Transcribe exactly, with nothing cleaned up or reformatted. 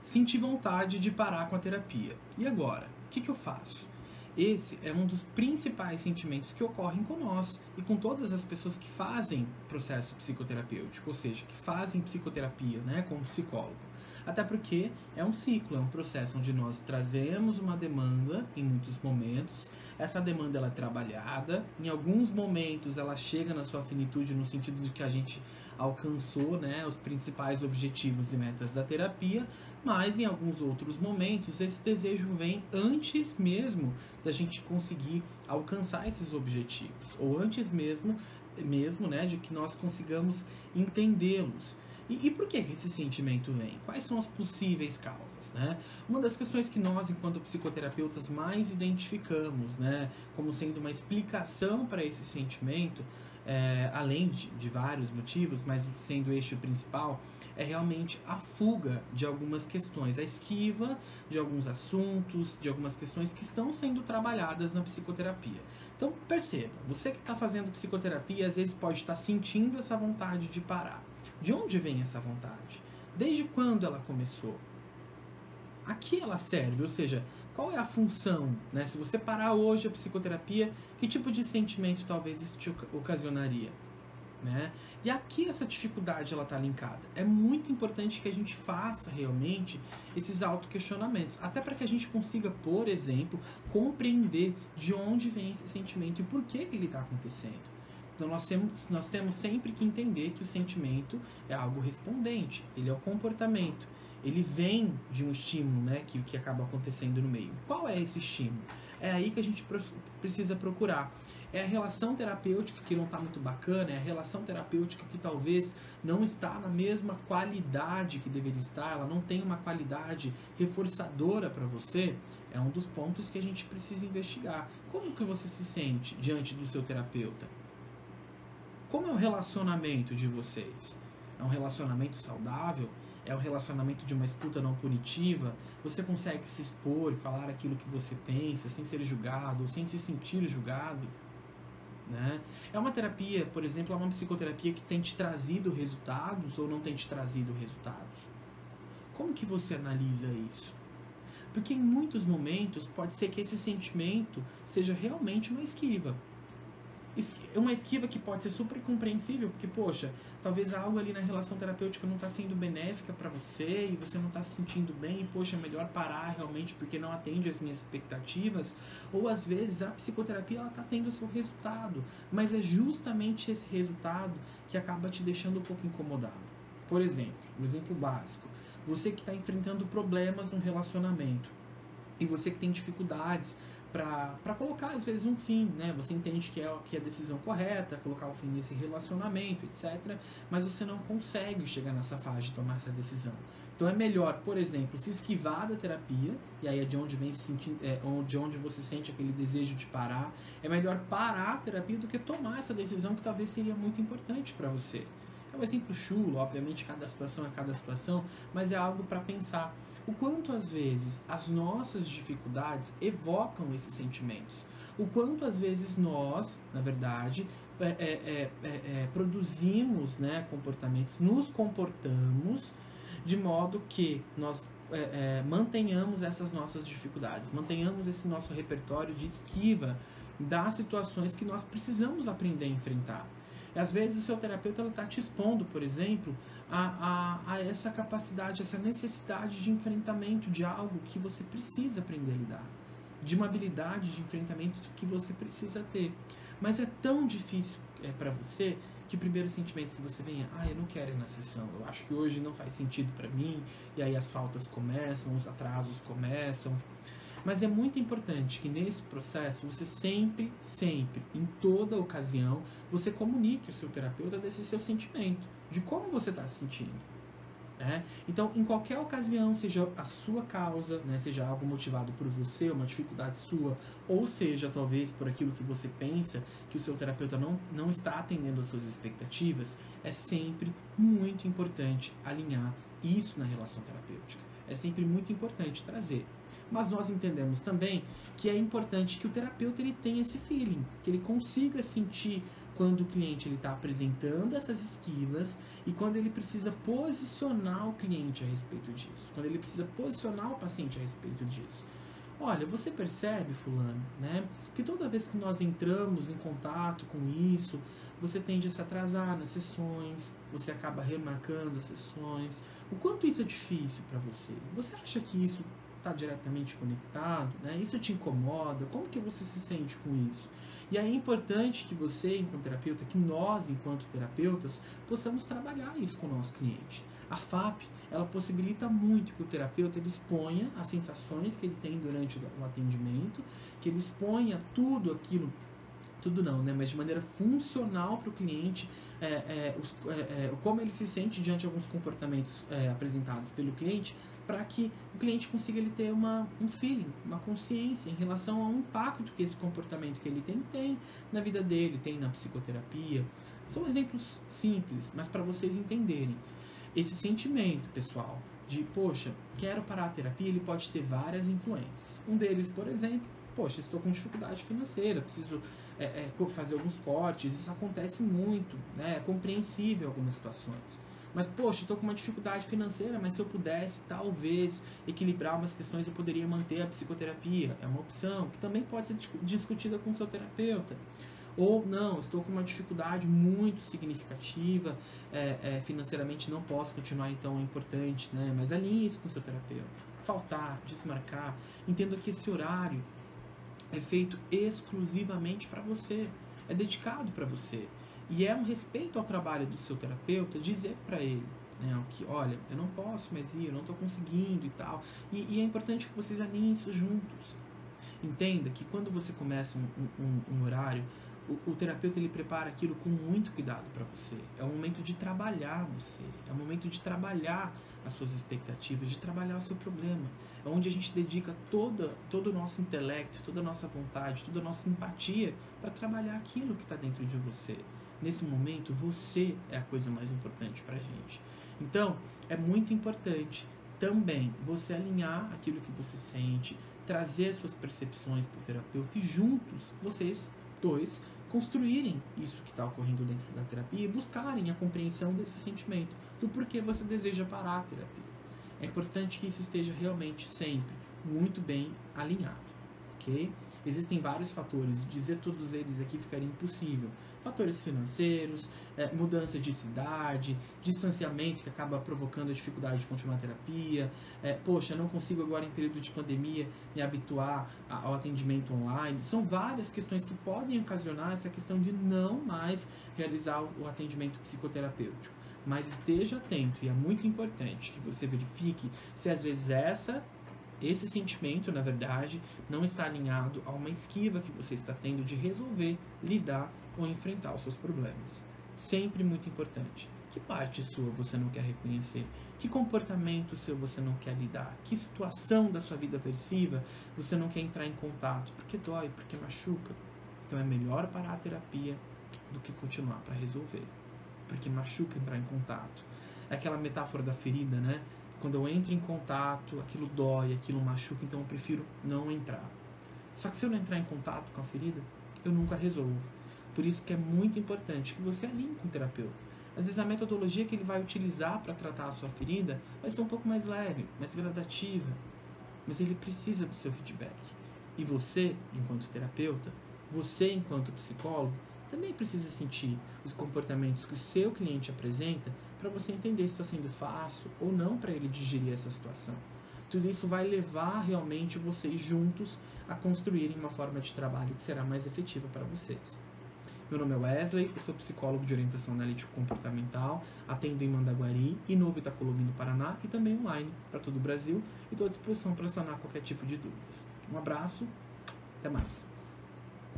Senti vontade de parar com a terapia. E agora? O que, que eu faço? Esse é um dos principais sentimentos que ocorrem com nós e com todas as pessoas que fazem processo psicoterapêutico, ou seja, que fazem psicoterapia, né, com um psicólogo. Até porque é um ciclo, é um processo onde nós trazemos uma demanda em muitos momentos, essa demanda ela é trabalhada, em alguns momentos ela chega na sua finitude no sentido de que a gente alcançou, né, os principais objetivos e metas da terapia, mas em alguns outros momentos esse desejo vem antes mesmo da gente conseguir alcançar esses objetivos, ou antes mesmo, mesmo né, de que nós consigamos entendê-los. E, e por que esse sentimento vem? Quais são as possíveis causas, né? Uma das questões que nós, enquanto psicoterapeutas, mais identificamos, né, como sendo uma explicação para esse sentimento, é, além de, de vários motivos, mas sendo este o principal, é realmente a fuga de algumas questões, a esquiva de alguns assuntos, de algumas questões que estão sendo trabalhadas na psicoterapia. Então, perceba, você que está fazendo psicoterapia, às vezes pode estar sentindo essa vontade de parar. De onde vem essa vontade? Desde quando ela começou? A que ela serve? Ou seja, qual é a função? Né? Se você parar hoje a psicoterapia, que tipo de sentimento talvez isso te ocasionaria? Né? E aqui essa dificuldade ela está linkada. É muito importante que a gente faça realmente esses autoquestionamentos, até para que a gente consiga, por exemplo, compreender de onde vem esse sentimento e por que, que ele está acontecendo. Então nós temos, nós temos sempre que entender que o sentimento é algo respondente, ele é o comportamento, ele vem de um estímulo, né, que, que acaba acontecendo no meio. Qual é esse estímulo? É aí que a gente precisa procurar. É a relação terapêutica que não está muito bacana, é a relação terapêutica que talvez não está na mesma qualidade que deveria estar, ela não tem uma qualidade reforçadora para você, é um dos pontos que a gente precisa investigar. Como que você se sente diante do seu terapeuta? Como é o relacionamento de vocês? É um relacionamento saudável? É um relacionamento de uma escuta não punitiva? Você consegue se expor e falar aquilo que você pensa sem ser julgado ou sem se sentir julgado? Né? É uma terapia, por exemplo, é uma psicoterapia que tem te trazido resultados ou não tem te trazido resultados? Como que você analisa isso? Porque em muitos momentos pode ser que esse sentimento seja realmente uma esquiva. Uma esquiva que pode ser super compreensível, porque, poxa, talvez algo ali na relação terapêutica não está sendo benéfica para você e você não está se sentindo bem e, poxa, é melhor parar realmente porque não atende às minhas expectativas. Ou, às vezes, a psicoterapia ela está tendo o seu resultado, mas é justamente esse resultado que acaba te deixando um pouco incomodado. Por exemplo, um exemplo básico, você que está enfrentando problemas no relacionamento e você que tem dificuldades para colocar, às vezes, um fim, né? Você entende que é, que é a decisão correta, colocar o fim nesse relacionamento, etcétera. Mas você não consegue chegar nessa fase de tomar essa decisão. Então é melhor, por exemplo, se esquivar da terapia, e aí é de onde vem se sentir, é, de onde você sente aquele desejo de parar. É melhor parar a terapia do que tomar essa decisão que talvez seria muito importante para você. É um exemplo chulo, obviamente cada situação é cada situação, mas é algo para pensar. O quanto às vezes as nossas dificuldades evocam esses sentimentos. O quanto às vezes nós, na verdade, é, é, é, é, produzimos, né, comportamentos, nos comportamos de modo que nós é, é, mantenhamos essas nossas dificuldades, mantenhamos esse nosso repertório de esquiva das situações que nós precisamos aprender a enfrentar. Às vezes o seu terapeuta está te expondo, por exemplo, a, a, a essa capacidade, essa necessidade de enfrentamento de algo que você precisa aprender a lidar, de uma habilidade de enfrentamento que você precisa ter. Mas é tão difícil é, para você que o primeiro sentimento que você venha, ah, eu não quero ir na sessão, eu acho que hoje não faz sentido para mim, e aí as faltas começam, os atrasos começam. Mas é muito importante que nesse processo você sempre, sempre, em toda ocasião, você comunique ao seu terapeuta desse seu sentimento, de como você está se sentindo. Né? Então, em qualquer ocasião, seja a sua causa, né, seja algo motivado por você, uma dificuldade sua, ou seja, talvez por aquilo que você pensa que o seu terapeuta não, não está atendendo às suas expectativas, é sempre muito importante alinhar isso na relação terapêutica. É sempre muito importante trazer. Mas nós entendemos também que é importante que o terapeuta ele tenha esse feeling, que ele consiga sentir quando o cliente está apresentando essas esquivas e quando ele precisa posicionar o cliente a respeito disso, quando ele precisa posicionar o paciente a respeito disso. Olha, você percebe, fulano, né, que toda vez que nós entramos em contato com isso, você tende a se atrasar nas sessões, você acaba remarcando as sessões. O quanto isso é difícil para você? Você acha que isso está diretamente conectado, né? Isso te incomoda? Como que você se sente com isso? E aí é importante que você, enquanto terapeuta, que nós, enquanto terapeutas, possamos trabalhar isso com o nosso cliente. A F A P, ela possibilita muito que o terapeuta ele exponha as sensações que ele tem durante o atendimento, que ele exponha tudo aquilo, tudo não, né? Mas de maneira funcional para o cliente, é, é, os, é, é, como ele se sente diante de alguns comportamentos é, apresentados pelo cliente, para que o cliente consiga ele ter uma, um feeling, uma consciência em relação ao impacto que esse comportamento que ele tem, tem na vida dele, tem na psicoterapia. São exemplos simples, mas para vocês entenderem. Esse sentimento, pessoal, de, poxa, quero parar a terapia, ele pode ter várias influências. Um deles, por exemplo, poxa, estou com dificuldade financeira, preciso é, é, fazer alguns cortes, isso acontece muito, né? É compreensível em algumas situações. Mas, poxa, estou com uma dificuldade financeira, mas se eu pudesse, talvez, equilibrar umas questões, eu poderia manter a psicoterapia. É uma opção que também pode ser discutida com o seu terapeuta. Ou, não, estou com uma dificuldade muito significativa, é, é, financeiramente não posso continuar, então é importante, né? Mas alinhe isso com o seu terapeuta. Faltar, desmarcar. Entenda que esse horário é feito exclusivamente para você, é dedicado para você. E é um respeito ao trabalho do seu terapeuta dizer para ele, né, que, olha, eu não posso mais ir, eu não estou conseguindo e tal. E, e é importante que vocês alinhem isso juntos. Entenda que quando você começa um, um, um horário, o, o terapeuta ele prepara aquilo com muito cuidado para você. É um momento de trabalhar você, é um momento de trabalhar as suas expectativas, de trabalhar o seu problema. É onde a gente dedica toda, todo o nosso intelecto, toda a nossa vontade, toda a nossa empatia para trabalhar aquilo que está dentro de você. Nesse momento, você é a coisa mais importante para a gente. Então, é muito importante também você alinhar aquilo que você sente, trazer as suas percepções para o terapeuta e juntos, vocês dois, construírem isso que está ocorrendo dentro da terapia e buscarem a compreensão desse sentimento, do porquê você deseja parar a terapia. É importante que isso esteja realmente sempre muito bem alinhado, ok? Existem vários fatores, dizer todos eles aqui ficaria impossível. Fatores financeiros, é, mudança de cidade, distanciamento que acaba provocando a dificuldade de continuar a terapia. É, poxa, não consigo agora em período de pandemia me habituar ao atendimento online. São várias questões que podem ocasionar essa questão de não mais realizar o atendimento psicoterapêutico. Mas esteja atento, e é muito importante que você verifique se às vezes essa... Esse sentimento, na verdade, não está alinhado a uma esquiva que você está tendo de resolver, lidar ou enfrentar os seus problemas. Sempre muito importante. Que parte sua você não quer reconhecer? Que comportamento seu você não quer lidar? Que situação da sua vida aversiva você não quer entrar em contato? Porque dói, porque machuca. Então é melhor parar a terapia do que continuar para resolver. Porque machuca entrar em contato. É aquela metáfora da ferida, né? Quando eu entro em contato, aquilo dói, aquilo machuca, então eu prefiro não entrar. Só que se eu não entrar em contato com a ferida, eu nunca resolvo. Por isso que é muito importante que você alinhe com o terapeuta. Às vezes a metodologia que ele vai utilizar para tratar a sua ferida vai ser um pouco mais leve, mais gradativa. Mas ele precisa do seu feedback. E você, enquanto terapeuta, você, enquanto psicólogo, também precisa sentir os comportamentos que o seu cliente apresenta para você entender se está sendo fácil ou não para ele digerir essa situação. Tudo isso vai levar realmente vocês juntos a construírem uma forma de trabalho que será mais efetiva para vocês. Meu nome é Wesley, eu sou psicólogo de orientação analítico-comportamental, atendo em Mandaguari e Novo Itacolomi, no Paraná, e também online para todo o Brasil, e estou à disposição para sanar qualquer tipo de dúvidas. Um abraço, até mais.